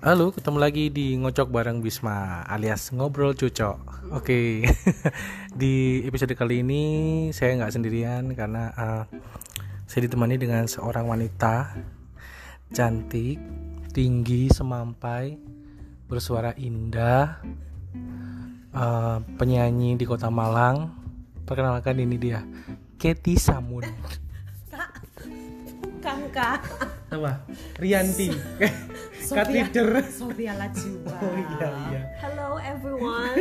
Halo, ketemu lagi di Ngocok bareng Bisma alias Ngobrol Cucok. Oke, di episode kali ini saya nggak sendirian karena saya ditemani dengan seorang wanita cantik, tinggi, semampai, bersuara indah, penyanyi di Kota Malang. Perkenalkan, ini dia, Katy Samun. Bukan kak. Apa? Rianti. Cat leader. Sofia Lajuba. Oh iya. Hello everyone.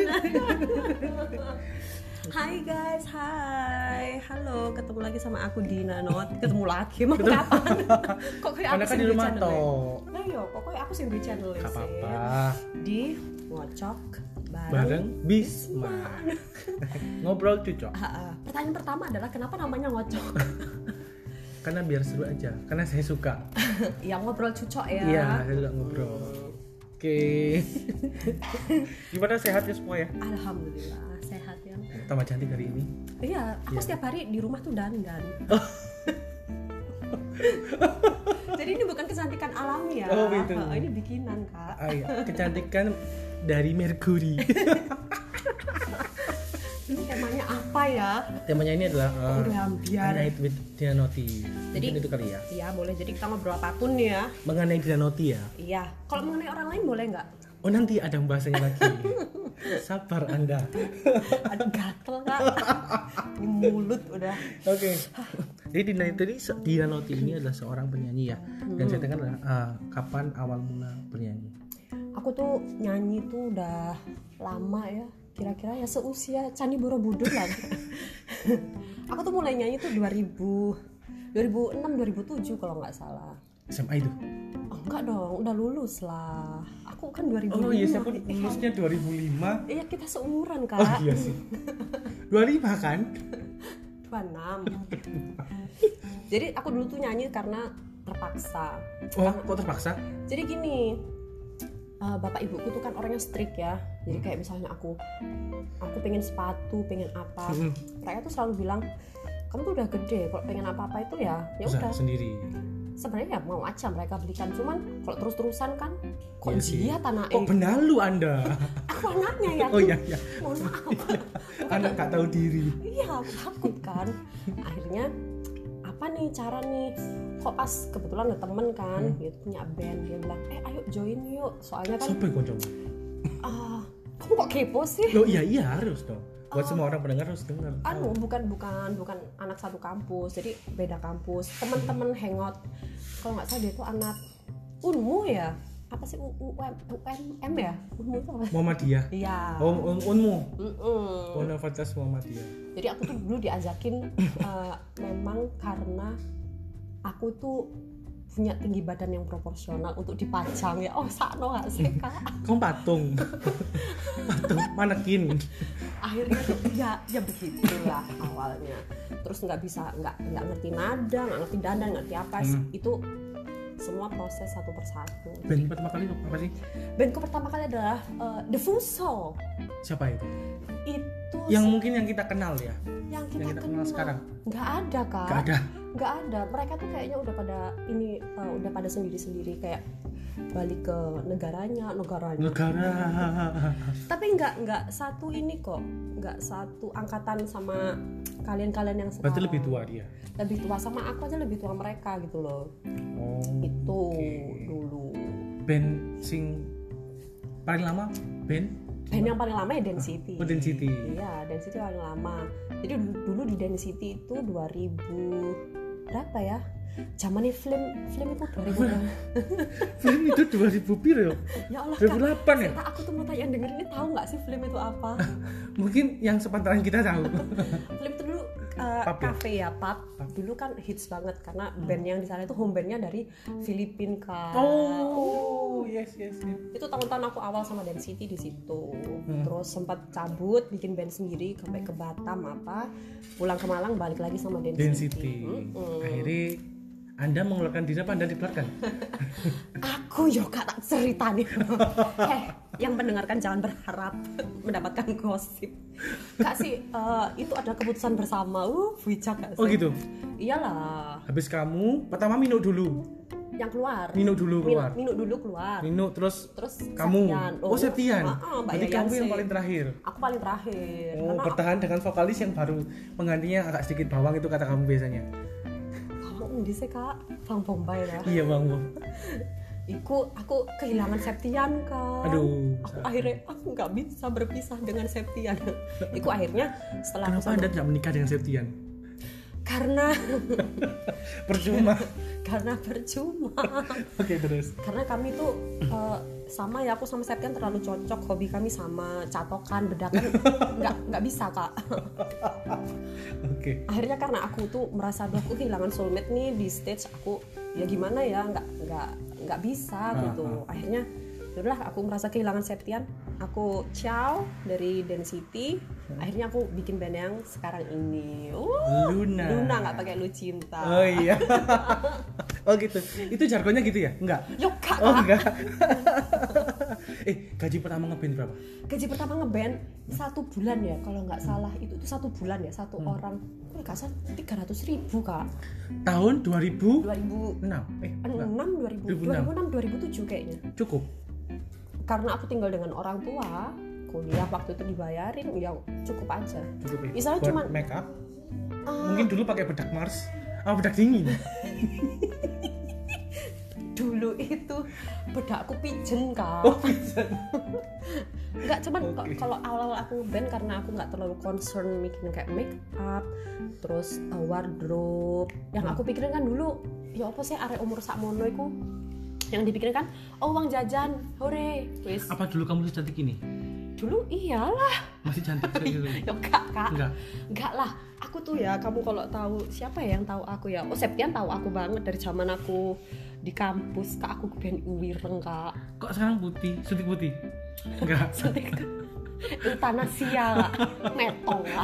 Hai guys, hai. Halo, ketemu lagi sama aku Dina Not. Ketemu lagi mau kapan? Kok kayak Karena aku kan di rumah toh. Nah yo, kok kayak aku sih di channel Gak apa-apa. Di Ngocok Bareng Bisma. Ngobrol Cucok. Pertanyaan pertama adalah kenapa namanya Ngocok? Karena biar seru aja, karena saya suka. Ya ngobrol cucok ya. Iya, saya suka ngobrol. Oke. Gimana, sehat ya semua ya? Alhamdulillah sehat ya. Tambah cantik hari ini. Iya, aku setiap hari di rumah tuh dandan. Jadi ini bukan kecantikan alami ya. Oh gitu. Ini bikinan kak. Iya, kecantikan dari Mercury. Ini temanya apa ya? Temanya ini adalah biar. Night with Dinanoti. Jadi mungkin itu kali ya. Iya boleh. Jadi kita ngobrol apapun ya. Mengenai Dinanoti ya. Iya. Kalau mengenai orang lain boleh nggak? Oh, nanti ada pembahasannya lagi. Sabar Anda. Aduh gatel kak. Di mulut udah. Oke. Jadi Dinanoti ini adalah seorang penyanyi ya. Dan saya tanya adalah kapan awal mula bernyanyi? Aku tuh nyanyi tuh udah lama ya. Kira-kira ya seusia Candi Borobudur lah. Aku tuh mulai nyanyi tuh 2006 2007 kalau nggak salah. SMA itu? Oh, enggak dong, udah lulus lah. Aku kan 2005. Oh iya, saya pun lulusnya 2005. Iya, kita seumuran kak. Oh iya sih. 25 kan? 26. Jadi aku dulu tuh nyanyi karena terpaksa. Oh, kok terpaksa? Jadi gini, bapak ibuku tuh kan orangnya strict ya. Jadi kayak misalnya aku pengen sepatu, pengen apa, mereka tuh selalu bilang, kamu tuh udah gede, kalau pengen apa-apa itu ya udah sendiri. Sebenarnya ya mau aja mereka belikan, cuman kalau terus-terusan kan kok iya dia tanah kok benalu Anda? Aku anaknya ya. Oh iya. Mohon maaf. Anak gak tahu diri. Iya, aku takut kan. Akhirnya apa nih cara nih? Kok pas kebetulan ada temen kan, gitu punya band, dia bilang, ayo join yuk. Soalnya kan. Siapa yang koncomu? Kamu kok kepo sih? Loh iya harus dong. Buat semua orang pendengar harus dengar. Bukan anak satu kampus, jadi beda kampus. Teman-teman hangout. Kalau nggak salah dia tuh anak Unmu ya? Apa sih UMM ya? Unmu itu apa? Muhammadiyah. Iya. Oh, Unmu. Universitas Muhammadiyah. Jadi aku tuh dulu diajakin memang karena aku tuh punya tinggi badan yang proporsional untuk dipajang ya. Oh, sakno gak sih kak? Kamu patung manekin. Akhirnya tuh ya begitulah awalnya. Terus nggak ngerti nada, nggak ngerti dandan, nggak ngerti apa. Itu semua proses satu persatu. Band pertama kali apa sih? Bandku pertama kali adalah The Fuso. Siapa itu? Itu yang mungkin yang kita kenal ya. Yang kita kenal sekarang. Nggak ada kak. Nggak ada. Mereka tuh kayaknya udah pada sendiri-sendiri, kayak balik ke negaranya. Tapi nggak satu ini kok, nggak satu angkatan sama kalian yang sekarang. Berarti lebih tua dia. Lebih tua, sama aku aja lebih tua mereka gitu loh. Oh. Itu dulu. Band sing paling lama band yang paling lama ya Density. Oh, Density. Iya, Density paling lama. Jadi dulu di Density itu 2000 berapa ya? Zamannya film itu 2000 berapa? Film itu 2000 piro ya? Ya Allah, 2008 ya? Aku tuh mau tanya, yang denger ini tahu nggak sih film itu apa? Mungkin yang sepantaran kita tahu. Film itu dulu kafe ya, pub. Dulu kan hits banget karena band yang di sana itu home bandnya dari Filipina kan. Oh, yes. Itu tahun-tahun aku awal sama Density di situ. Terus sempat cabut bikin band sendiri sampai ke Batam pulang ke Malang balik lagi sama Density. Akhirnya Anda mengeluarkan diri apa Anda dikeluarkan? Aku juga tak cerita nih. Yang mendengarkan jangan berharap mendapatkan gosip. Kak sih, itu adalah keputusan bersama. Bijak gak sih? Oh gitu? Iyalah. Habis kamu, pertama minum dulu. yang keluar. Nino dulu keluar. Nino dulu keluar. Nino terus Septian. kamu. Septian. Mbak Berarti kamu yang Yayanse. paling terakhir. Aku paling terakhir. Oh, Karena bertahan dengan vokalis yang baru penggantinya agak sedikit bawang itu kata kamu biasanya. kamu di sih Kak, Bang Bombay ya. Iya bang. Aku kehilangan Septian kan. Aduh. Akhirnya aku nggak bisa berpisah dengan Septian. Iku akhirnya setelah Kenapa Anda tidak menikah dengan Septian? karena Percuma. karena percuma. Oke, terus. Karena kami tuh sama ya, aku sama Septian terlalu cocok, hobi kami sama, catokan, bedakan nggak bisa Kak. Oke. Akhirnya karena aku tuh merasa aduh aku kehilangan soulmate nih di stage, aku ya gimana ya, nggak bisa gitu. Akhirnya yaudah aku merasa kehilangan Septian, aku ciao dari Density. Akhirnya aku bikin band yang sekarang ini. Luna nggak pakai lu cinta. Oh iya. Oh gitu. Itu jargonnya gitu ya? Enggak. Yuk Kak. Oh enggak. Gaji pertama ngeband berapa? Gaji pertama ngeband 1 bulan ya kalau nggak salah, itu 1 bulan ya, satu orang nggak salah 300.000 Kak. Tahun 2006. 2006 2007 kayaknya. Cukup. Karena aku tinggal dengan orang tua, kuliah waktu itu dibayarin, ya cukup aja. Cukup ya. Misalnya Buat cuman make up. Mungkin dulu pakai bedak Mars. Bedak dingin. dulu itu bedakku pigeon Kak. Oh, pigeon. Nggak cuman Okay. kalau awal-awal aku ngeband karena aku nggak terlalu concern mikirin kayak make up, terus wardrobe. Yang aku pikirin kan dulu, ya apa sih arek umur sakmono iku yang dipikirin kan, oh uang jajan, hore, wis. Apa dulu kamu secantik ini? Dulu iyalah. Masih cantik gitu. Ya Kak. Enggak. Enggak lah. Aku tuh ya, kamu kalau tahu siapa ya yang tahu aku ya? Oh, Septian tahu aku banget dari zaman aku di kampus. Kak, aku band wireng Kak. Kok sekarang putih, suntik putih? Enggak. Suntik euthanasia Kak. Metong lah.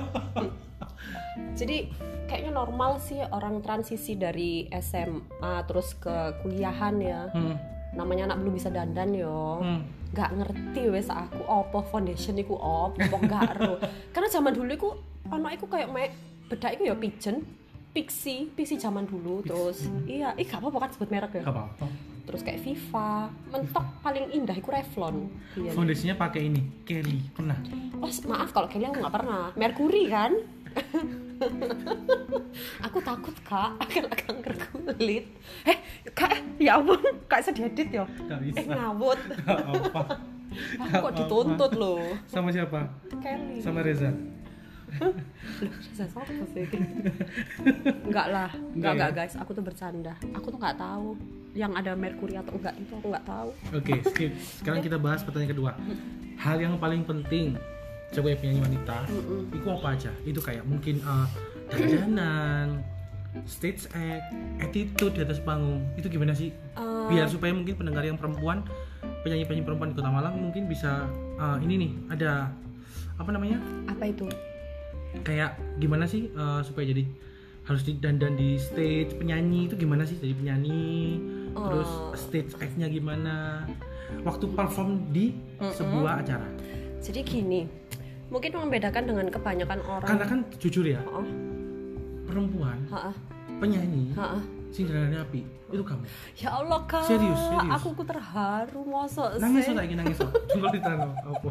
Jadi kayaknya normal sih orang transisi dari SMA terus ke kuliahan ya. Namanya anak belum bisa dandan yo. Gak ngerti wes aku apa foundation iku apa gak ero. Karena zaman dulu iku ono iku kayak bedak iku ya pigeon, pixie zaman dulu. Terus iya, gak apa-apa kan sebut merek ya. Gak apa-apa. Terus kayak Viva, mentok paling indah iku Revlon. Iya. Foundasinya pakai ini, Kelly. Pernah? Oh maaf kalau Kelly aku gak pernah. Mercury kan. Aku takut Kak akan kanker kulit. Kak, ya ampun, Kak bisa diedit ya? Gak bisa. Ngawut. Gak apa. Aku kok dituntut loh. Sama siapa? Kelly. Sama Reza. Reza siapa sih? Enggak lah, enggak guys, aku tuh bercanda. Aku tuh nggak tahu yang ada Mercury atau enggak, itu aku nggak tahu. Oke, skip. Sekarang kita bahas pertanyaan kedua. Hal yang paling penting sebagai penyanyi wanita, itu apa aja? Itu kayak mungkin dandanan, stage act, attitude di atas panggung. Itu gimana sih? Biar supaya mungkin pendengar yang perempuan, penyanyi-penyanyi perempuan di Kota Malang mungkin bisa ini nih, ada apa namanya? Apa itu? Kayak gimana sih supaya jadi harus dandan di stage penyanyi itu gimana sih jadi penyanyi? Terus stage act-nya gimana? Waktu perform di sebuah acara. Jadi gini, mungkin membedakan dengan kebanyakan orang. Karena kan jujur ya, perempuan penyanyi sing darane api itu kamu. Ya Allah Kak, Serius. aku terharu mosok Nangis sih. tak nangis kok. Jungkol ditano apa?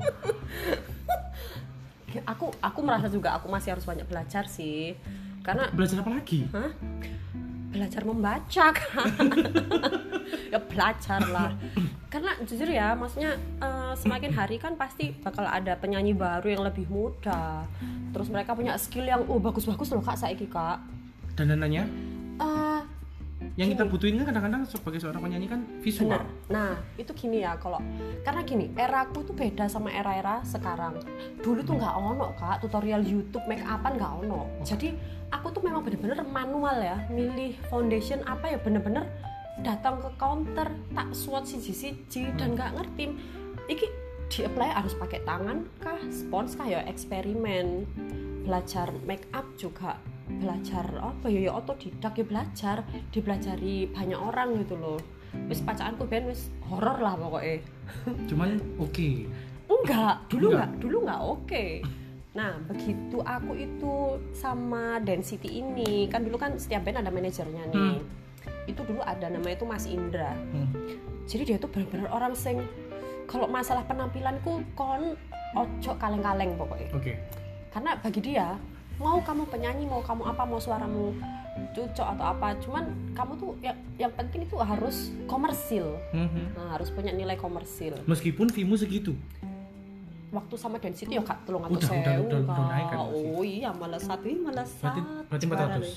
Aku merasa juga aku masih harus banyak belajar sih. Karena Belajar apa lagi? belajar membaca kan. Ya belajar lah. Karena jujur ya, maksudnya semakin hari kan pasti bakal ada penyanyi baru yang lebih muda. Terus mereka punya skill yang bagus-bagus loh Kak saiki Kak. Dandanannya? Yang kita Gini. butuhin kan kadang-kadang sebagai seorang penyanyi kan visual. Bener. Nah itu gini ya, karena gini, eraku tuh beda sama era-era sekarang. Dulu tuh nggak ono Kak tutorial YouTube make upan, nggak ono. Jadi aku tuh memang bener-bener manual ya, milih foundation apa ya, bener-bener datang ke counter tak swatch siji-siji dan nggak ngerti iki di apply harus pakai tangan kah, spons kah, ya eksperimen. Belajar make up juga belajar apa ya otodidak ya, dipelajari banyak orang gitu loh. Wis pacaanku ben wis horor lah pokoknya. Cuman oke. Dulu nggak oke. Nah begitu aku itu sama Density ini kan, dulu kan setiap band ada manajernya nih. itu dulu ada namanya itu Mas Indra. Jadi dia tuh benar-benar orang sing kalau masalah penampilanku kon ojo kaleng-kaleng pokoknya. Karena bagi dia mau kamu penyanyi, mau kamu apa, mau suaramu cocok atau apa, cuman kamu tuh yang penting itu harus komersil. Nah, harus punya nilai komersil. Meskipun fee-mu segitu. Waktu sama Density ya Kak 300.000. Udah naik kan. Oh iya, melesat. Berarti 400.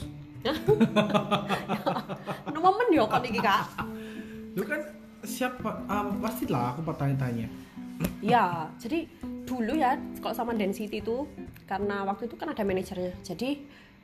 No momen yo kan iki Kak. Lu kan siapa? Pastilah aku bertanya-tanya. Ya, jadi dulu ya kalau sama Density itu karena waktu itu kan ada manajernya. Jadi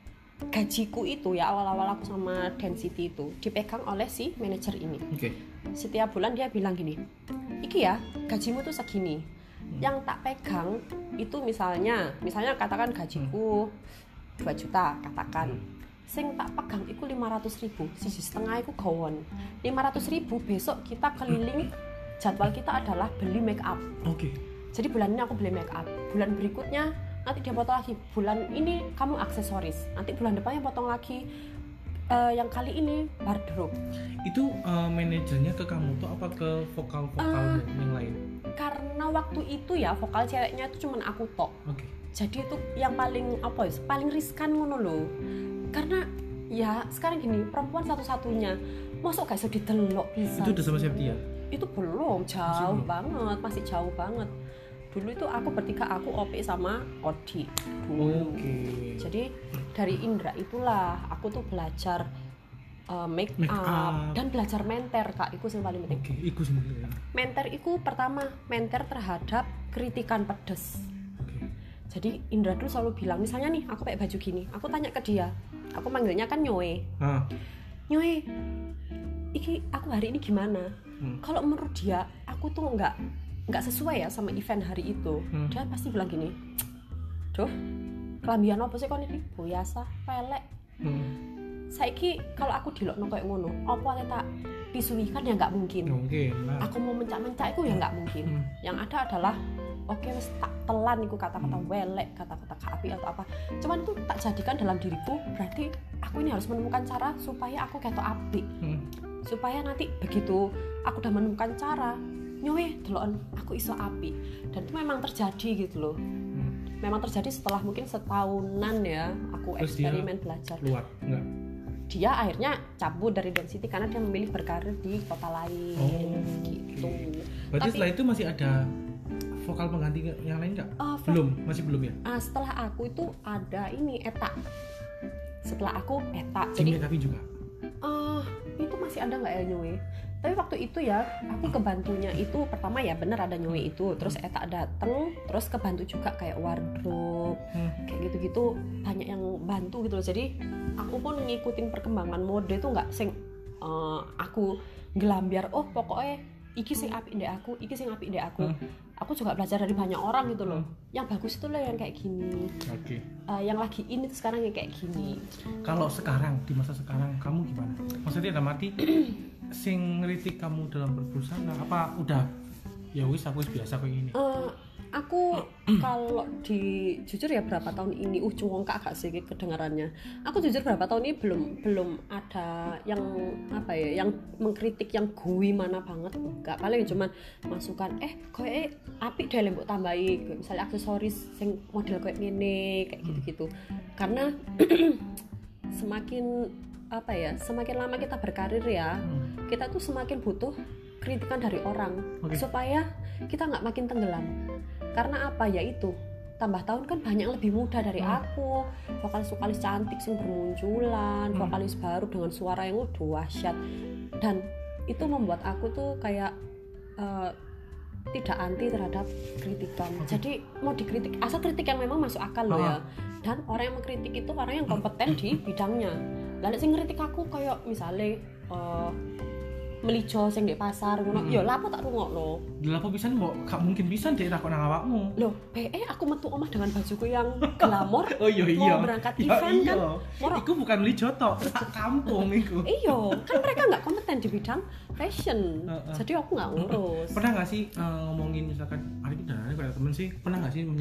gajiku itu ya awal-awal aku sama Density itu dipegang oleh si manajer ini. Setiap bulan dia bilang gini, iki ya gajimu tuh segini. Yang tak pegang itu misalnya katakan gajiku 2 juta katakan. Sing tak pegang itu 500.000, 1,5 itu gawon. 500.000 besok kita keliling, jadwal kita adalah beli make up. Jadi bulan ini aku beli make up, bulan berikutnya nanti dia potong lagi, bulan ini kamu aksesoris, nanti bulan depannya potong lagi, yang kali ini wardrobe. Itu manajernya ke kamu tuh apa ke vokal-vokal yang lain? Karena waktu itu ya vokal ceweknya itu cuma aku tok. Jadi itu yang paling paling riskan ngono loh. Karena ya sekarang gini, perempuan satu-satunya masuk gak iso didelok bisa. Itu udah sama Septia? Itu belum, jauh banget, masih jauh banget. Dulu itu aku bertiga, aku OP sama Odi dulu. Jadi dari Indra itulah aku tuh belajar make up dan belajar menter Kak, itu yang paling penting. Menter itu pertama, menter terhadap kritikan pedes. Jadi Indra dulu selalu bilang, misalnya nih aku pakai baju gini, aku tanya ke dia, aku manggilnya kan Nyoe. Nyoe, iki aku hari ini gimana? Kalau menurut dia aku tuh nggak sesuai ya sama event hari itu, dia pasti bilang gini, duh kelambian apa sih kon iki biasa pelek. Saiki kalau aku dilokno koyo ngono, apa tak pisui kan ya nggak mungkin. Aku mau mencak-mencak itu ya nggak mungkin. Yang ada adalah oke wis tak telan iku kata-kata welek, kata-kata api atau apa. Cuman itu tak jadikan dalam diriku, berarti aku ini harus menemukan cara supaya aku ketok apik. Supaya nanti begitu aku udah menemukan cara, nyowe deloken aku iso apik. Dan itu memang terjadi gitu loh. Memang terjadi setelah mungkin setahunan ya aku terus eksperimen belajar. Enggak. Dia akhirnya cabut dari Density karena dia memilih berkarir di kota lain gitu. Berarti setelah itu masih ada vokal pengganti yang lain nggak? Masih belum ya? Setelah aku itu ada ini Eta. Setelah aku Eta. Jadi tapi juga. Itu masih ada nggak ya Nyoe? Tapi waktu itu ya aku kebantunya itu pertama ya bener ada Nyoe itu, terus Eta dateng, terus kebantu juga kayak wardrobe, kayak gitu-gitu banyak yang bantu gitu loh. Jadi aku pun ngikutin perkembangan mode itu nggak sing aku gelambiar pokoknya iki sing apik ndek aku, iki sing apik ndek aku. Aku juga belajar dari banyak orang gitu loh. Yang bagus itu loh yang kayak gini. Yang lagi ini tuh sekarang yang kayak gini. Kalau sekarang di masa sekarang kamu gimana? Maksudnya dalam arti sing ngeritik kamu dalam berbusana apa udah ya wis aku biasa kayak gini? Aku kalau jujur ya berapa tahun ini cungongkak agak sih kedengarannya. Aku jujur berapa tahun ini belum ada yang apa ya, yang mengkritik yang gue mana banget. Enggak, paling cuman masukan koe apik deh mbok tambahi misalnya aksesoris sing model koyo ngene kayak gitu-gitu. Karena semakin lama kita berkarir ya, kita tuh semakin butuh kritikan dari orang supaya kita nggak makin tenggelam. Karena apa ya itu tambah tahun kan banyak lebih muda dari aku, vokalis cantik sing bermunculan, vokalis baru dengan suara yang dahsyat, dan itu membuat aku tuh kayak tidak anti terhadap kritikan. Jadi mau dikritik asal kritik yang memang masuk akal loh ya, dan orang yang mengkritik itu orang yang kompeten di bidangnya. Lalu sing ngritik aku kayak misalnya melijo sing di pasar ngono, ya lapo tak rungokno. Lha apa pisan mbok gak mungkin pisan dhek takon nang awakmu. Loh, aku metu omah dengan bajuku yang glamor. Iya. Mau berangkat event kan. Iku bukan melijo tok, sak kampung iku. Iya, kan mereka enggak kompeten di bidang fashion. Jadi aku enggak ngurus. Pernah enggak sih ngomongin misalkan hari ini dan kayak temen sih, pernah enggak sih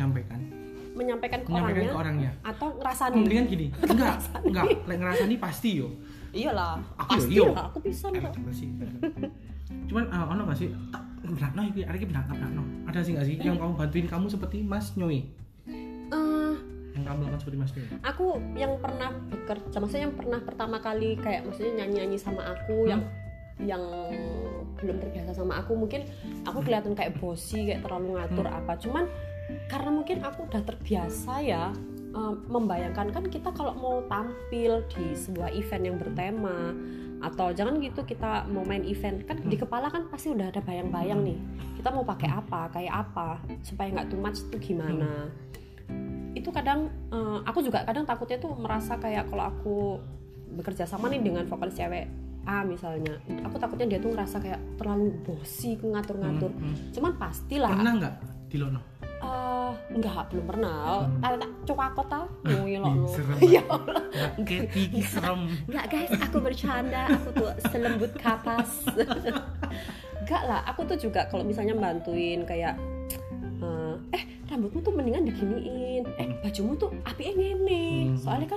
menyampaikan ke orangnya atau ngerasani? Mendingan gini. Enggak, lek ngerasani pasti yo. Iyalah, Aku pasti yo. lah, aku bisa kok. Cuman ono gak sih tak berakno iki arek iki berakno. Ada sih gak sih yang kamu bantuin kamu seperti Mas Nyoi? Yang kamu lakukan seperti Mas Nyoi? Aku yang pernah bekerja, maksudnya yang pernah pertama kali kayak maksudnya nyanyi sama aku yang belum terbiasa sama aku, mungkin aku kelihatan kayak bossy, kayak terlalu ngatur apa. Cuman karena mungkin aku udah terbiasa ya, membayangkan kan kita kalau mau tampil di sebuah event yang bertema atau jangan gitu kita mau main event kan di kepala kan pasti udah ada bayang-bayang nih kita mau pakai apa, kayak apa supaya nggak too much tuh gimana. Itu kadang aku juga kadang takutnya tuh merasa kayak kalau aku bekerja sama nih dengan vokalis cewek A misalnya, aku takutnya dia tuh ngerasa kayak terlalu bossy ngatur-ngatur. Cuman pastilah Pernah nggak Dilono? Enggak, belum pernah. Tak cokakot ta ngilokno. Serem. Ya Allah. Gigi serem. Enggak guys, aku bercanda, aku tuh selembut kapas. Enggak lah, aku tuh juga kalau misalnya bantuin kayak rambutmu tuh mendingan diginiin, bajumu tuh apike ngene. Soalnya kan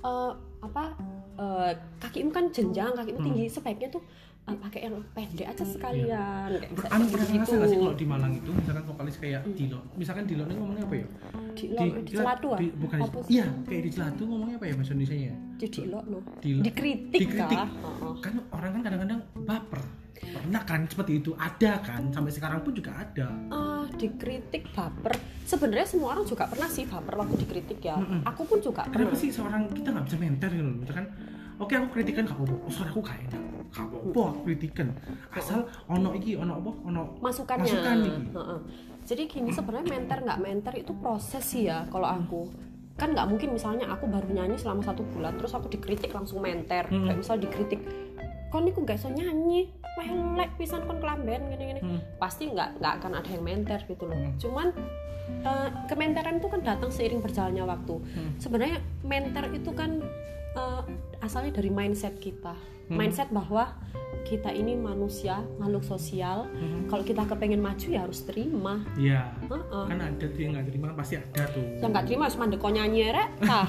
kakimu kan jenjang, kakimu tinggi, sebaiknya tuh pakai yang pendek aja sekalian. Kayak Anu pernah gitu. ngerasa nggak sih kalau di Malang itu misalkan vokalis kayak Dilo, misalkan Dilo ini ngomongnya apa ya? Di Celatu ah? Bukan Apa sih? iya kayak di Celatu ngomongnya apa ya bahasa Indonesia ya? Didilokno. Dilo. Dikritik kah? Kan orang kan kadang-kadang baper. Pernah kan seperti itu, ada kan sampai sekarang pun juga ada. Dikritik baper. Sebenarnya semua orang juga pernah sih baper waktu dikritik ya. Aku pun juga pernah. Kenapa sih seorang kita nggak bisa menter gitu loh? Misalkan oke aku kritikan gak apa-apa, suara aku gak enak, gak apa-apa aku kritikan asal ono iki ono apa ono masukan iki. Jadi gini, sebenarnya menter nggak menter itu proses sih ya. Kalau aku kan nggak mungkin misalnya aku baru nyanyi selama 1 bulan terus aku dikritik langsung menter. Kayak misal dikritik kon niku gak iso nyanyi, welek pisan kon kelamben gini-gini. Pasti nggak akan ada yang menter gitu loh. Cuman kementeran itu kan datang seiring berjalannya waktu. Sebenarnya menter itu kan asalnya dari mindset kita. Mindset bahwa kita ini manusia, makhluk sosial. Kalau kita kepengen maju ya harus terima. Iya. Kan ada tuh yang nggak terima, pasti ada tuh. Yang nggak terima cuma mandek nyanyi rek.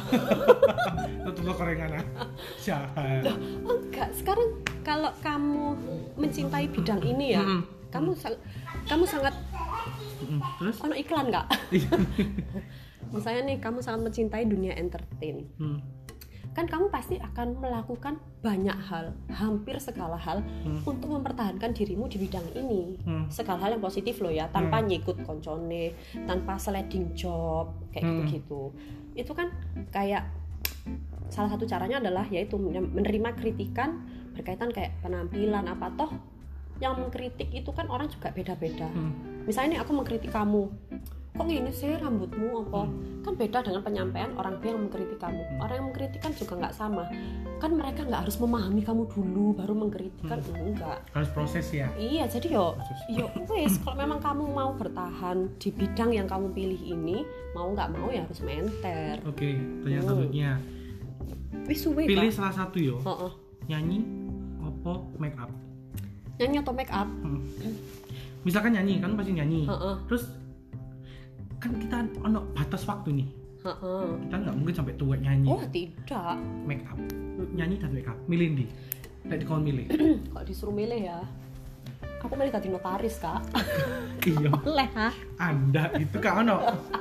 Tutup korengan jahat. Enggak. Sekarang kalau kamu mencintai bidang ini ya, kamu sangat. Terus? Ono iklan nggak? Misalnya nih kamu sangat mencintai dunia entertain. Kan kamu pasti akan melakukan banyak hal, hampir segala hal untuk mempertahankan dirimu di bidang ini. Segala hal yang positif loh ya, tanpa nyikut koncone, tanpa sliding job kayak gitu-gitu. Itu kan kayak salah satu caranya adalah yaitu menerima kritikan berkaitan kayak penampilan apa toh. Yang mengkritik itu kan orang juga beda-beda. Misalnya nih aku mengkritik kamu, kok gini sih rambutmu apa? Kan beda dengan penyampaian orang B yang mengkritik kamu. Orang yang mengkritik kan juga nggak sama. Kan mereka nggak harus memahami kamu dulu baru mengkritik kan enggak. Harus proses ya. Iya, jadi yo wes kalau memang kamu mau bertahan di bidang yang kamu pilih ini, mau nggak mau ya harus menter. Oke, pertanyaan selanjutnya. Wis suwe Pilih Kak. salah satu yo. Nyanyi apa make up? Nyanyi atau make up? Misalkan nyanyi, kan pasti nyanyi. Terus kan kita ono batas waktu nih. Kita nggak mungkin sampai tua nyanyi. Oh tidak. Make up, nyanyi dan make up. Milih di. Tadi kau milih. Kalau disuruh milih ya, aku milih jadi notaris Kak. Iya. Oleh ha. Anda itu kan ono.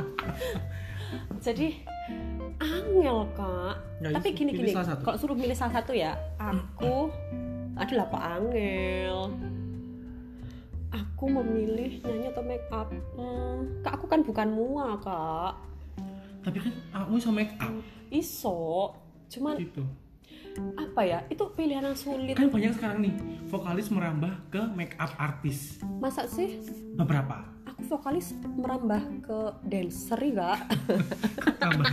Jadi angel Kak. Ya, tapi gini kalau suruh milih salah satu ya, aku adalah kok angel. Aku memilih nyanyi atau make up. Kak, aku kan bukan mua Kak. Tapi kan aku bisa make up. Iso, cuman Gitu. apa ya? Itu pilihan yang sulit. Kan banyak sekarang nih vokalis merambah ke make up artis. Masa sih? Beberapa. Aku vokalis merambah ke dancer ya Tambah.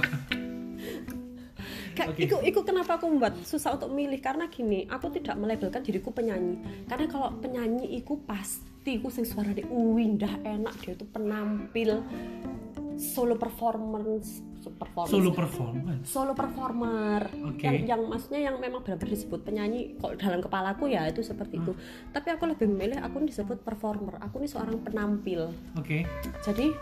Okay. Iku kenapa aku membuat susah untuk milih, karena gini, aku tidak melabelkan diriku penyanyi. Karena kalau penyanyi iku pasti iku sing suarane indah enak, dia itu penampil solo performer. Okay. Yang maksudnya yang memang benar-benar disebut penyanyi. Kalau dalam kepalaku ya itu seperti itu. Tapi aku lebih memilih aku disebut performer. Aku ini seorang penampil. Oke. Jadi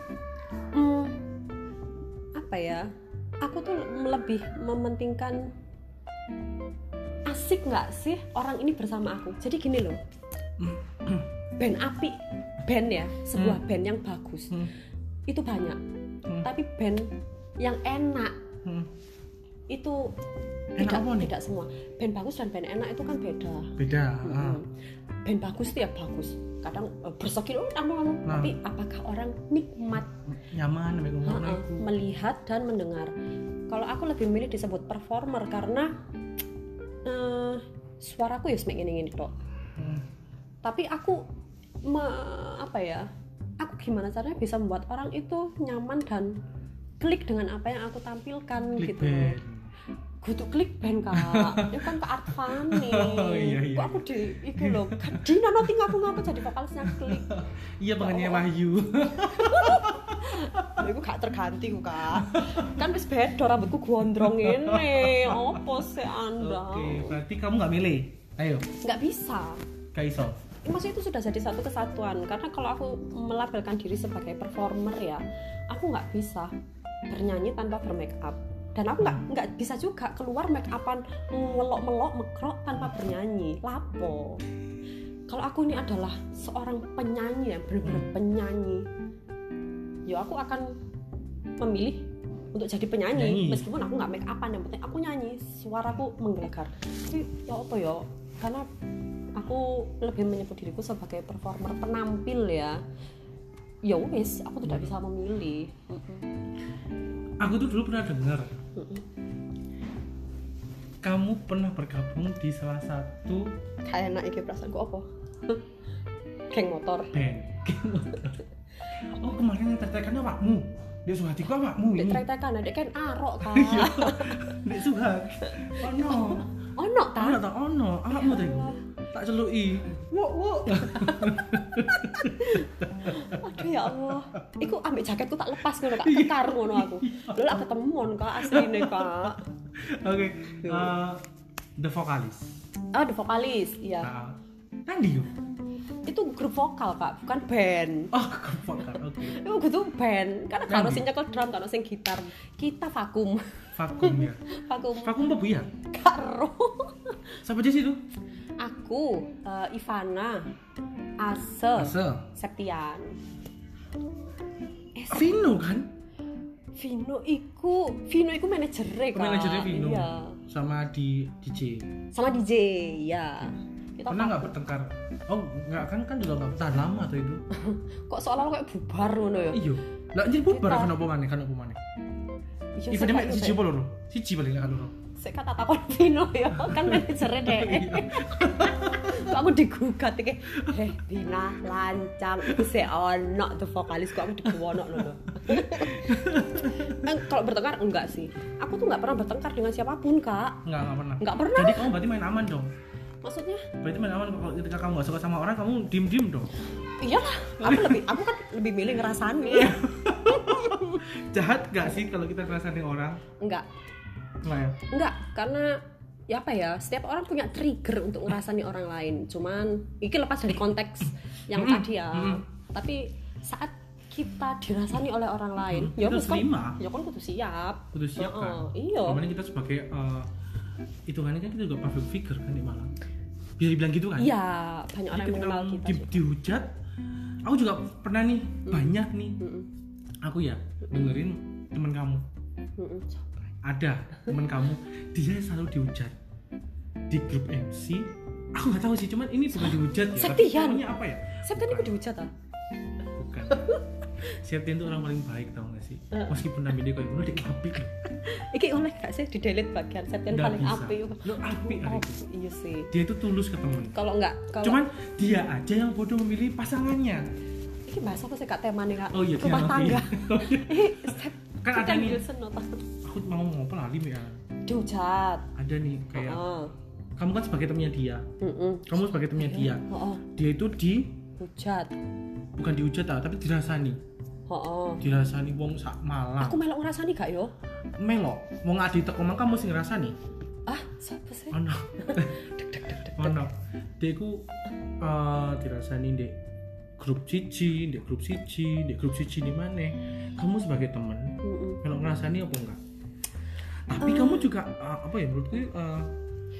apa ya? Aku tuh lebih mementingkan asik nggak sih orang ini bersama aku. Jadi gini loh, band api, band ya, sebuah band yang bagus itu banyak, tapi band yang enak itu tidak semua. Band bagus dan band enak itu kan beda. Band bagus itu ya bagus, kadang bersekil tapi apakah orang nikmat, nyaman melihat dan mendengar. Kalau aku lebih milih disebut performer karena suaraku ya semengin-ingin tok. Tapi aku aku gimana caranya bisa membuat orang itu nyaman dan klik dengan apa yang aku tampilkan gitu. Kudu klik band Kak. Itu kan ke art funny. Kok aku di iku lho, Dina nanti ngaku jadi vokalisnya klik. Iya pengennya Wahyu. Iku gak terganti ku Kak. Kan wis beda rambutku gondrong ngene. Opo sih Anda? Oke, berarti kamu enggak milih. Ayo. Enggak bisa. Gak iso. Maksudnya itu sudah jadi satu kesatuan. Karena kalau aku melabelkan diri sebagai performer ya, aku nggak bisa bernyanyi tanpa bermake up. Dan aku nggak bisa juga keluar make upan melok-melok mekrok tanpa bernyanyi. Lapo. Kalau aku ini adalah seorang penyanyi ya, benar-benar penyanyi. Ya aku akan memilih untuk jadi penyanyi. Meskipun aku nggak make upan, yang penting aku nyanyi, suaraku menggelegar. Tapi ya apa ya? Karena aku lebih menyebut diriku sebagai performer penampil ya. Ya wis, aku tidak bisa memilih. Aku tuh dulu pernah dengar. Kamu pernah bergabung di salah satu kayak enak iki perasaanku apa? Geng motor. Band. Oh, kemarin yang tertekannya awakmu. Dia Suhatiku awakmu ini. Tertekan adek kan arok kan. Dek Suhat. Ono ta? Ono. Awakmu ta iku. Tak celuki. Wuk. Aduh ya Allah. Iku ambek jaketku tak lepas ngono Kak, tekar ngono aku. Lho lak ketemon Kak asline Kak. Oke. The Vokalis. Oh, The Vokalis, iya. Nandi yo. Itu grup vokal Kak, bukan band. Oh, grup vokal. Oke. Itu kudu band. Karena karo sing nyekel drum, karo sing gitar. Kita vakum. Vakum ya. Vakum apa ya? Karo. Siapa aja sih itu? Aku, Ivana, Ase. Septian. Vino kan? Vino iku manajernya kan? Manajernya Vino. Iya. Sama DJ. Sama DJ, ya. Kita pernah nggak bertengkar? Oh, nggak kan juga nggak tahan lama tuh itu. Kok seolah-olah kayak bubar ngono ya? Iya. Lah jadi bubar kan apa maneh? Iya, event mek siji apa loro? Siji paling gak loro. Sik kata takon Vino ya, kan manajernya deh. Kok aku digugat iki. Vina lancang iku sik ono The Vokalis kok aku digowono lho. Kalau bertengkar enggak sih. Aku tuh enggak pernah bertengkar dengan siapapun, Kak. Enggak pernah. Jadi kamu berarti main aman dong. Maksudnya? Berarti main aman kalau ketika kamu enggak suka sama orang kamu diem dong. Iyalah, aku kan lebih milih ngerasani. Jahat gak sih kalau kita ngerasain orang? Enggak. Ya? Enggak, karena ya apa ya, setiap orang punya trigger untuk ngerasani orang lain. Cuman ini lepas dari konteks yang tadi ya. Tapi saat kita dirasani oleh orang lain, ya harus terima. Ya kan kudu siap. Kan. Iya. Kemudian kita sebagai hitungannya kan kita juga public figure kan di Malang. Bisa dibilang gitu kan? Iya, banyak orang yang mengenal kita. Dihujat. Aku juga pernah nih, banyak nih. Aku ya dengerin teman kamu. Ada teman kamu, dia selalu dihujat di grup MC. Aku nggak tahu sih, cuman ini bukan dihujat ya. Septian. Tapi apa ya? Septian itu dihujat ah? Bukan. Septian itu orang paling baik, tau nggak sih? Meskipun namanya dia kayak udah dikapik. Iki oleh gak sih di delete bagian Septian paling api. Lo api iya sih. Dia itu tulus ke temen. Kalau cuman dia aja yang bodoh memilih pasangannya. Ini bahasa apa sih Kak temanya Kak? Oh iya, rumah tangga. Kan ada nih. Aku mau ngomong apa lali ya? Dihujat. Ada nih kayak kamu kan sebagai temannya dia. Kamu sebagai temannya dia. Dia itu dihujat. Bukan dihujat tapi dirasani. Dirasani wong sak Malang. Aku melok ngrasani gak yo? Melok. Wong adi teko mang kamu sing ngrasani. Ah, siapa sih? Ono. Ono. Dia iku dirasani ndek grup cici di mana? Kamu sebagai teman, kalau ngerasani apa enggak? Tapi kamu juga apa ya menurutku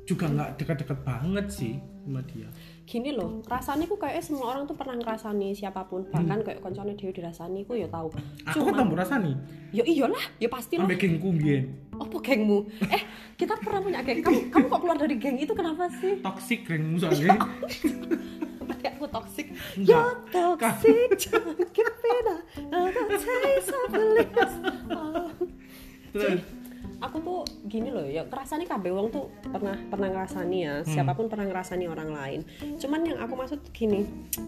juga nggak dekat-dekat banget sih sama dia. Gini loh, rasanya ku kayak semua orang tuh pernah ngerasani siapapun, bahkan kayak koncone dhewe dirasani ku ya tahu. Aku tambah rasani. Ya iyalah, ya pastilah. Ambek gengku mbiyen. Apa gengmu? Kita pernah punya geng. Kamu kok keluar dari geng itu kenapa sih? Toxic gengmu soalnya. Berarti aku toxic. Enggak. You're toxic, jangan kepeda. Taste of the lips. Terus Aku tuh gini loh ya, ngerasani kabeh wong tuh pernah ngerasani ya, siapapun pernah ngerasani orang lain. Cuman yang aku maksud gini,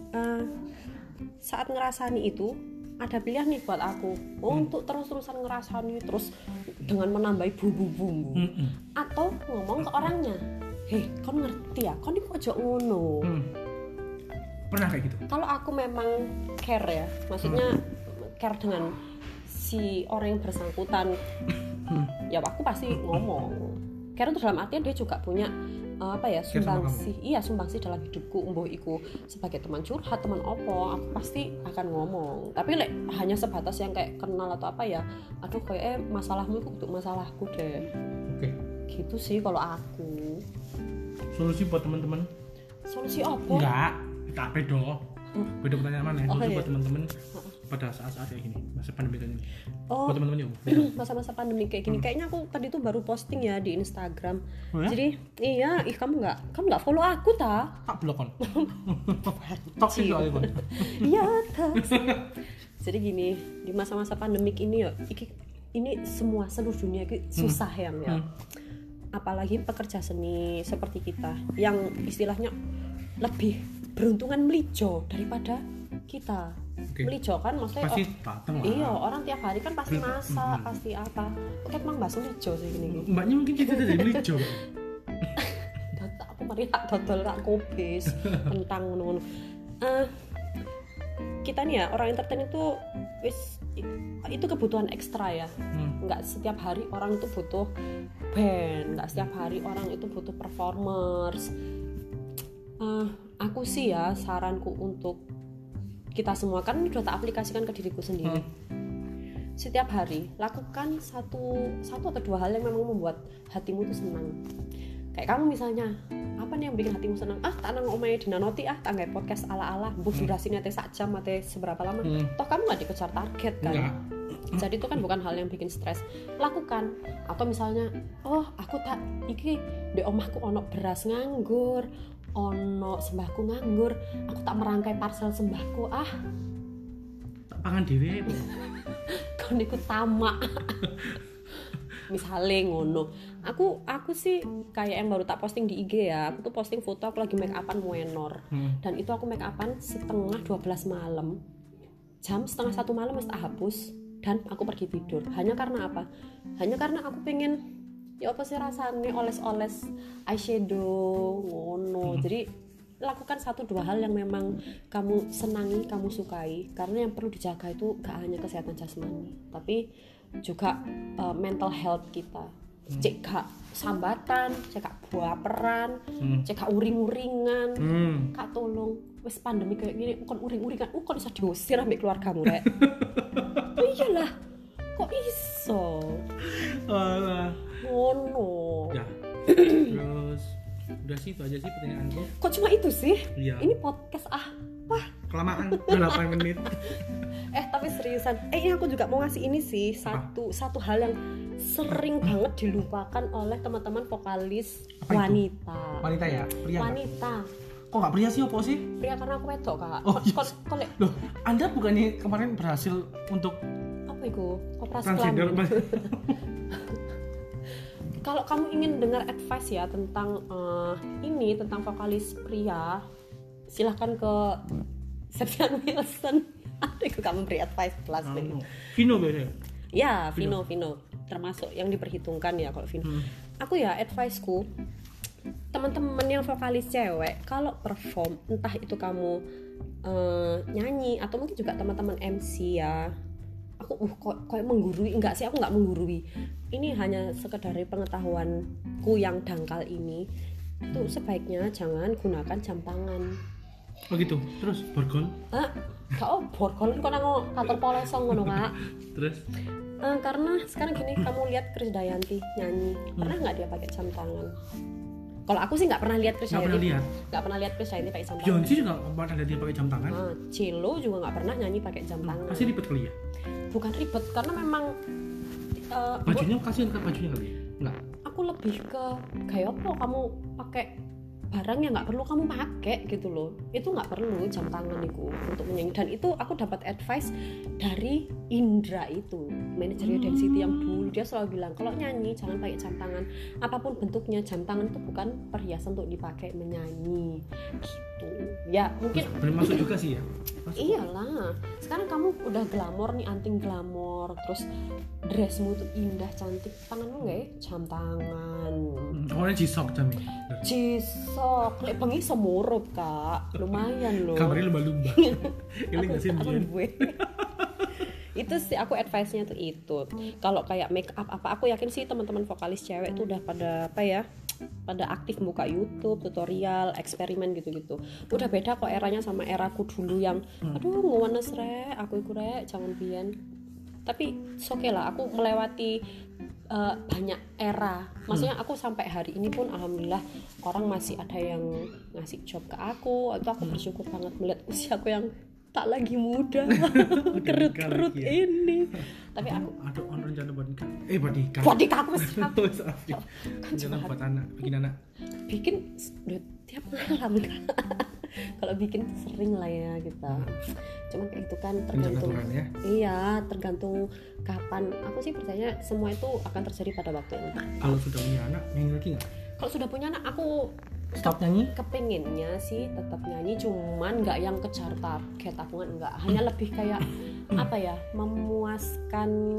saat ngerasani itu ada pilihan nih buat aku untuk terus-terusan ngerasani terus dengan menambahi bumbu-bumbu, atau ngomong ke orangnya, hei, kau ngerti ya, kau ini kok ojo ngono. Pernah kayak gitu? Kalau aku memang care ya, maksudnya care dengan si orang yang bersangkutan, ya aku pasti ngomong. Karena itu dalam artian dia juga punya sumbangsi dalam hidupku, mbuh iku sebagai teman curhat, teman opo, aku pasti akan ngomong. Tapi hanya sebatas yang kayak kenal atau apa ya, aduh kayak masalahmu itu untuk masalahku deh. Oke. Gitu sih kalau aku. Solusi buat teman-teman? Solusi apa? Enggak, kita beda. Beda pertanyaan mana? Solusi buat teman-teman pada saat-saat kayak gini, masa pandemi kayak gini. Buat teman-teman yuk. Masa-masa pandemi kayak gini, kayaknya aku tadi tuh baru posting ya di Instagram. Oh, ya? Jadi kamu nggak follow aku ta? Tak blok kon. Toxic soalnya kon. Iya toxic. Jadi gini, di masa-masa pandemik ini ya, ini seluruh dunia ini susah ya. Apalagi pekerja seni seperti kita yang istilahnya lebih beruntungan melijo daripada kita. Melijo kan maksudnya pasti dateng lah. Iya, orang tiap hari kan pasti masak, pasti apa. Oke, emang bahasa melijo sih gini. Mbaknya mungkin kita dari melijo. Aku mari tak dodol tak kubis tentang ngono-ngono. Kita nih ya, orang entertain itu kebutuhan ekstra ya. Enggak setiap hari orang itu butuh band, enggak setiap hari orang itu butuh performers. Aku sih ya, saranku untuk kita semua kan udah tak aplikasikan ke diriku sendiri. Setiap hari lakukan satu atau dua hal yang memang membuat hatimu tuh senang. Kayak kamu misalnya, apa nih yang bikin hatimu senang? Tak nang omahe dinanoti tak nggae podcast ala-ala, mbok durasine ate sak jam ate seberapa lama. Toh kamu enggak dikejar target kan. Enggak. Jadi itu kan bukan hal yang bikin stres. Lakukan. Atau misalnya, aku tak iki di omahku ono beras nganggur, ono sembahku nganggur, aku tak merangkai parcel sembahku tak pangan dhewe po. Kon iku tamak. Misalnya ngono. Aku sih kayak yang baru tak posting di IG ya. Aku tuh posting foto aku lagi make upan muenor. Dan itu aku make upan setengah 12 malam. Jam setengah 1 malam wis tak hapus dan aku pergi tidur. Hanya karena apa? Hanya karena aku pengen ya apa sih rasanya oles-oles eyeshadow ngono. Jadi lakukan 1-2 hal yang memang kamu senangi, kamu sukai, karena yang perlu dijaga itu gak hanya kesehatan jasmani tapi juga mental health kita. Cek gak sambatan, cek gak baperan, cek gak uring-uringan. Kak tolong, wis pandemi kayak gini ukon uring-uringan, ukon bisa diusir ambek keluargamu rek. Iyalah, kok iso? Alah. Ngono. Ya. Terus udah sih itu aja sih pertanyaanku. Kok cuma itu sih? Iya. Ini podcast wah kelamaan 8 menit. Tapi seriusan. Ini aku juga mau ngasih ini sih satu hal yang sering banget dilupakan oleh teman-teman vokalis wanita. Wanita ya? Pria. Wanita. Kok nggak pria sih? Apa sih? Pria karena aku wedok kak. Loh, Anda bukannya kemarin berhasil untuk apa itu? Operasi transgender? Kalau kamu ingin dengar advice ya tentang tentang vokalis pria, silahkan ke Septian Wilson. Aku kamu beri advice kelas ini. Vino biasanya? Ya, Vino termasuk yang diperhitungkan ya kalau Vino. Aku ya adviceku teman-teman yang vokalis cewek kalau perform, entah itu kamu nyanyi atau mungkin juga teman-teman MC ya. Aku kayak menggurui, enggak sih, aku enggak menggurui. Ini hanya sekedar pengetahuanku yang dangkal ini. Itu sebaiknya jangan gunakan jam tangan. Oh gitu. Terus borgol? Kau borgol kan nang kantor polesong ngono, Kak. Terus karena sekarang gini, kamu lihat Krisdayanti nyanyi, pernah enggak dia pakai jam tangan? Kalau aku sih nggak pernah lihat Nggak pernah lihat. Nggak pernah lihat Krisdayanti pakai jam tangan. Beyonce juga nggak pernah lihat dia pakai jam tangan. Cello juga nggak pernah nyanyi pakai jam tangan. Pasti ribet kali ya. Bukan ribet karena memang Bajunya kasihan kan bajunya kali ya? Enggak. aku lebih ke kayak apa kamu pakai barang yang nggak perlu kamu pakai gitu loh. Itu nggak perlu jam tangan itu untuk menyanyi. Dan itu aku dapat advice dari Indra itu, manajernya Density yang dulu. Dia selalu bilang kalau nyanyi jangan pakai jam tangan. Apapun bentuknya, jam tangan itu bukan perhiasan untuk dipakai menyanyi gitu. Ya mungkin Masuk juga sih ya. Masuk. Iyalah. Sekarang kamu udah glamor nih, anting glamor, terus dressmu tuh indah cantik, tanganmu nggak ya jam tangan. Awalnya G-Shock jamnya. Cisok, lek bengi semurup kak, lumayan loh. Kamarnya lumba-lumba. Ini nggak sih Mian? Itu sih aku advice-nya tuh itu. Kalau kayak make up apa, aku yakin sih teman-teman vokalis cewek tuh udah pada apa ya? Pada aktif buka YouTube, tutorial, eksperimen gitu-gitu. Udah beda kok eranya sama eraku dulu yang aduh ngewenes rek, aku iku rek, jangan biyen. Tapi oke lah, aku melewati banyak era. Maksudnya aku sampai hari ini pun alhamdulillah orang masih ada yang ngasih job ke aku. Itu aku bersyukur banget melihat usia aku yang tak lagi muda, kerut-kerut ya. ini. Tapi aku ada rencana buat nikah. Buat nikah. buat nikah aku masih Rencana buat anak, bikin anak. bikin tiap malam kan. Kalau bikin sering lah ya kita. Cuman kayak itu kan tergantung Tuhan, ya? Iya, tergantung kapan. Aku sih percaya semua itu akan terjadi pada waktu yang tepat. Kalau sudah punya anak, nyanyi lagi nggak? Kalau sudah punya anak, aku Stop nyanyi? kepengennya sih tetap nyanyi, cuman nggak yang kejar target, aku nggak. Hanya lebih kayak apa ya, memuaskan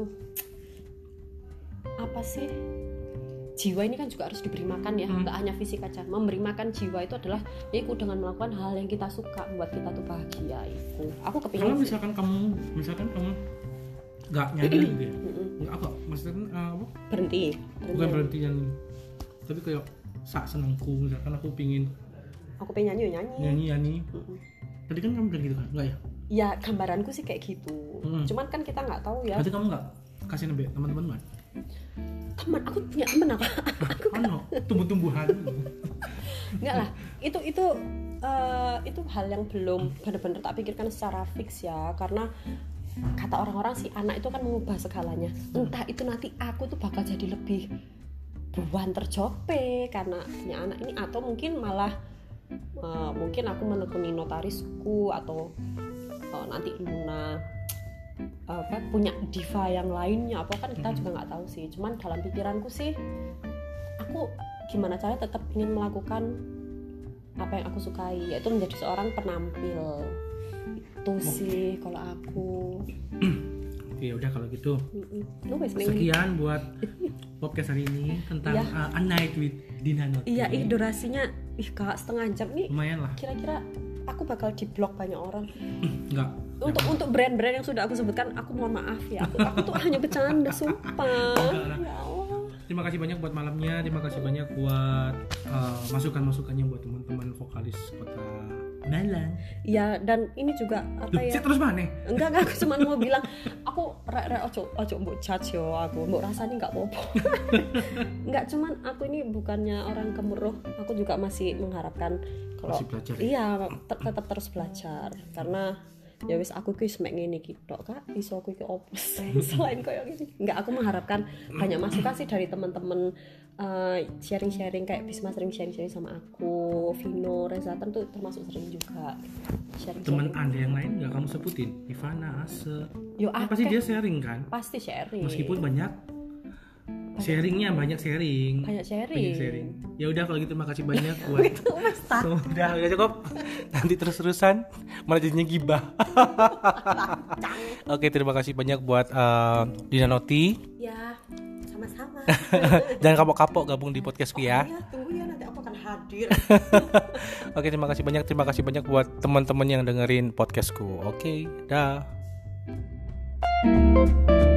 apa sih? Jiwa ini kan juga harus diberi makan ya, nggak hanya fisik aja. Memberi makan jiwa itu adalah yaitu dengan melakukan hal yang kita suka, membuat kita tuh bahagia. Itu aku kepingin. Kalau misalkan kamu nggak nyanyi gitu ya? Nggak apa? Maksudnya apa? Berhenti. Bukan berhenti nyanyi, tapi kayak sak senengku. Misalkan aku pengen nyanyi. nyanyi. Tadi kan kamu bilang gitu kan? Nggak ya? Ya gambaranku sih kayak gitu. Cuman kan kita nggak tahu ya. Berarti kamu nggak kasih nabe teman-teman? Teman, aku punya teman apa? Tumbuh-tumbuhan. Enggak lah, itu hal yang belum benar-benar tak pikirkan secara fix ya, karena kata orang-orang sih anak itu kan mengubah segalanya. Entah itu nanti aku tuh bakal jadi lebih beban terjope karena punya anak ini, atau mungkin malah mungkin aku menekuni notarisku, atau nanti Luna punya diva yang lainnya apa, kan kita juga nggak tahu sih. Cuman dalam pikiranku sih aku gimana caranya tetap ingin melakukan apa yang aku sukai, yaitu menjadi seorang penampil. Itu sih kalau aku. Ya udah kalau gitu. Sekian Sekian buat podcast hari ini tentang A Night with Dina Noti. Iya, durasinya Kak, setengah jam nih. Lumayan lah. Kira-kira aku bakal di-blok banyak orang. Enggak. Untuk brand-brand yang sudah aku sebutkan, aku mohon maaf ya. Aku tuh hanya bercanda, sumpah. Ya Allah. Terima kasih banyak buat malamnya. Terima kasih banyak buat masukan-masukannya buat teman-teman vokalis Kota Malang. Ya, dan ini juga apa ya? Terus mana? Enggak, aku cuma mau bilang aku ojo mbok judge yo, aku mbok rasani enggak apa-apa. Enggak, cuman aku ini bukannya orang kemeruh, aku juga masih mengharapkan kalau iya tetap terus belajar, karena ya wis aku ki semek ngene iki tok Kak, iso aku iki opo selain koyo gini. Enggak, aku mengharapkan banyak masukan sih dari teman-teman, sharing-sharing kayak Bisma sering sharing-sharing sama aku, Vino, Rezatan tuh termasuk sering juga sharing. Teman Anda yang lain enggak kamu sebutin? Ivana, Ase. Yo, pasti dia sharing kan? Pasti sharing. Meskipun banyak sharing. Ya udah kalau gitu makasih banyak buat udah cukup. Nanti terus-terusan malah jadinya gibah. Oke, terima kasih banyak buat Dina Noti. Ya, sama-sama. Jangan kapok-kapok gabung di podcastku ya. Iya, tunggu ya, nanti aku akan hadir. Oke, terima kasih banyak buat teman-teman yang dengerin podcastku. Oke, dah.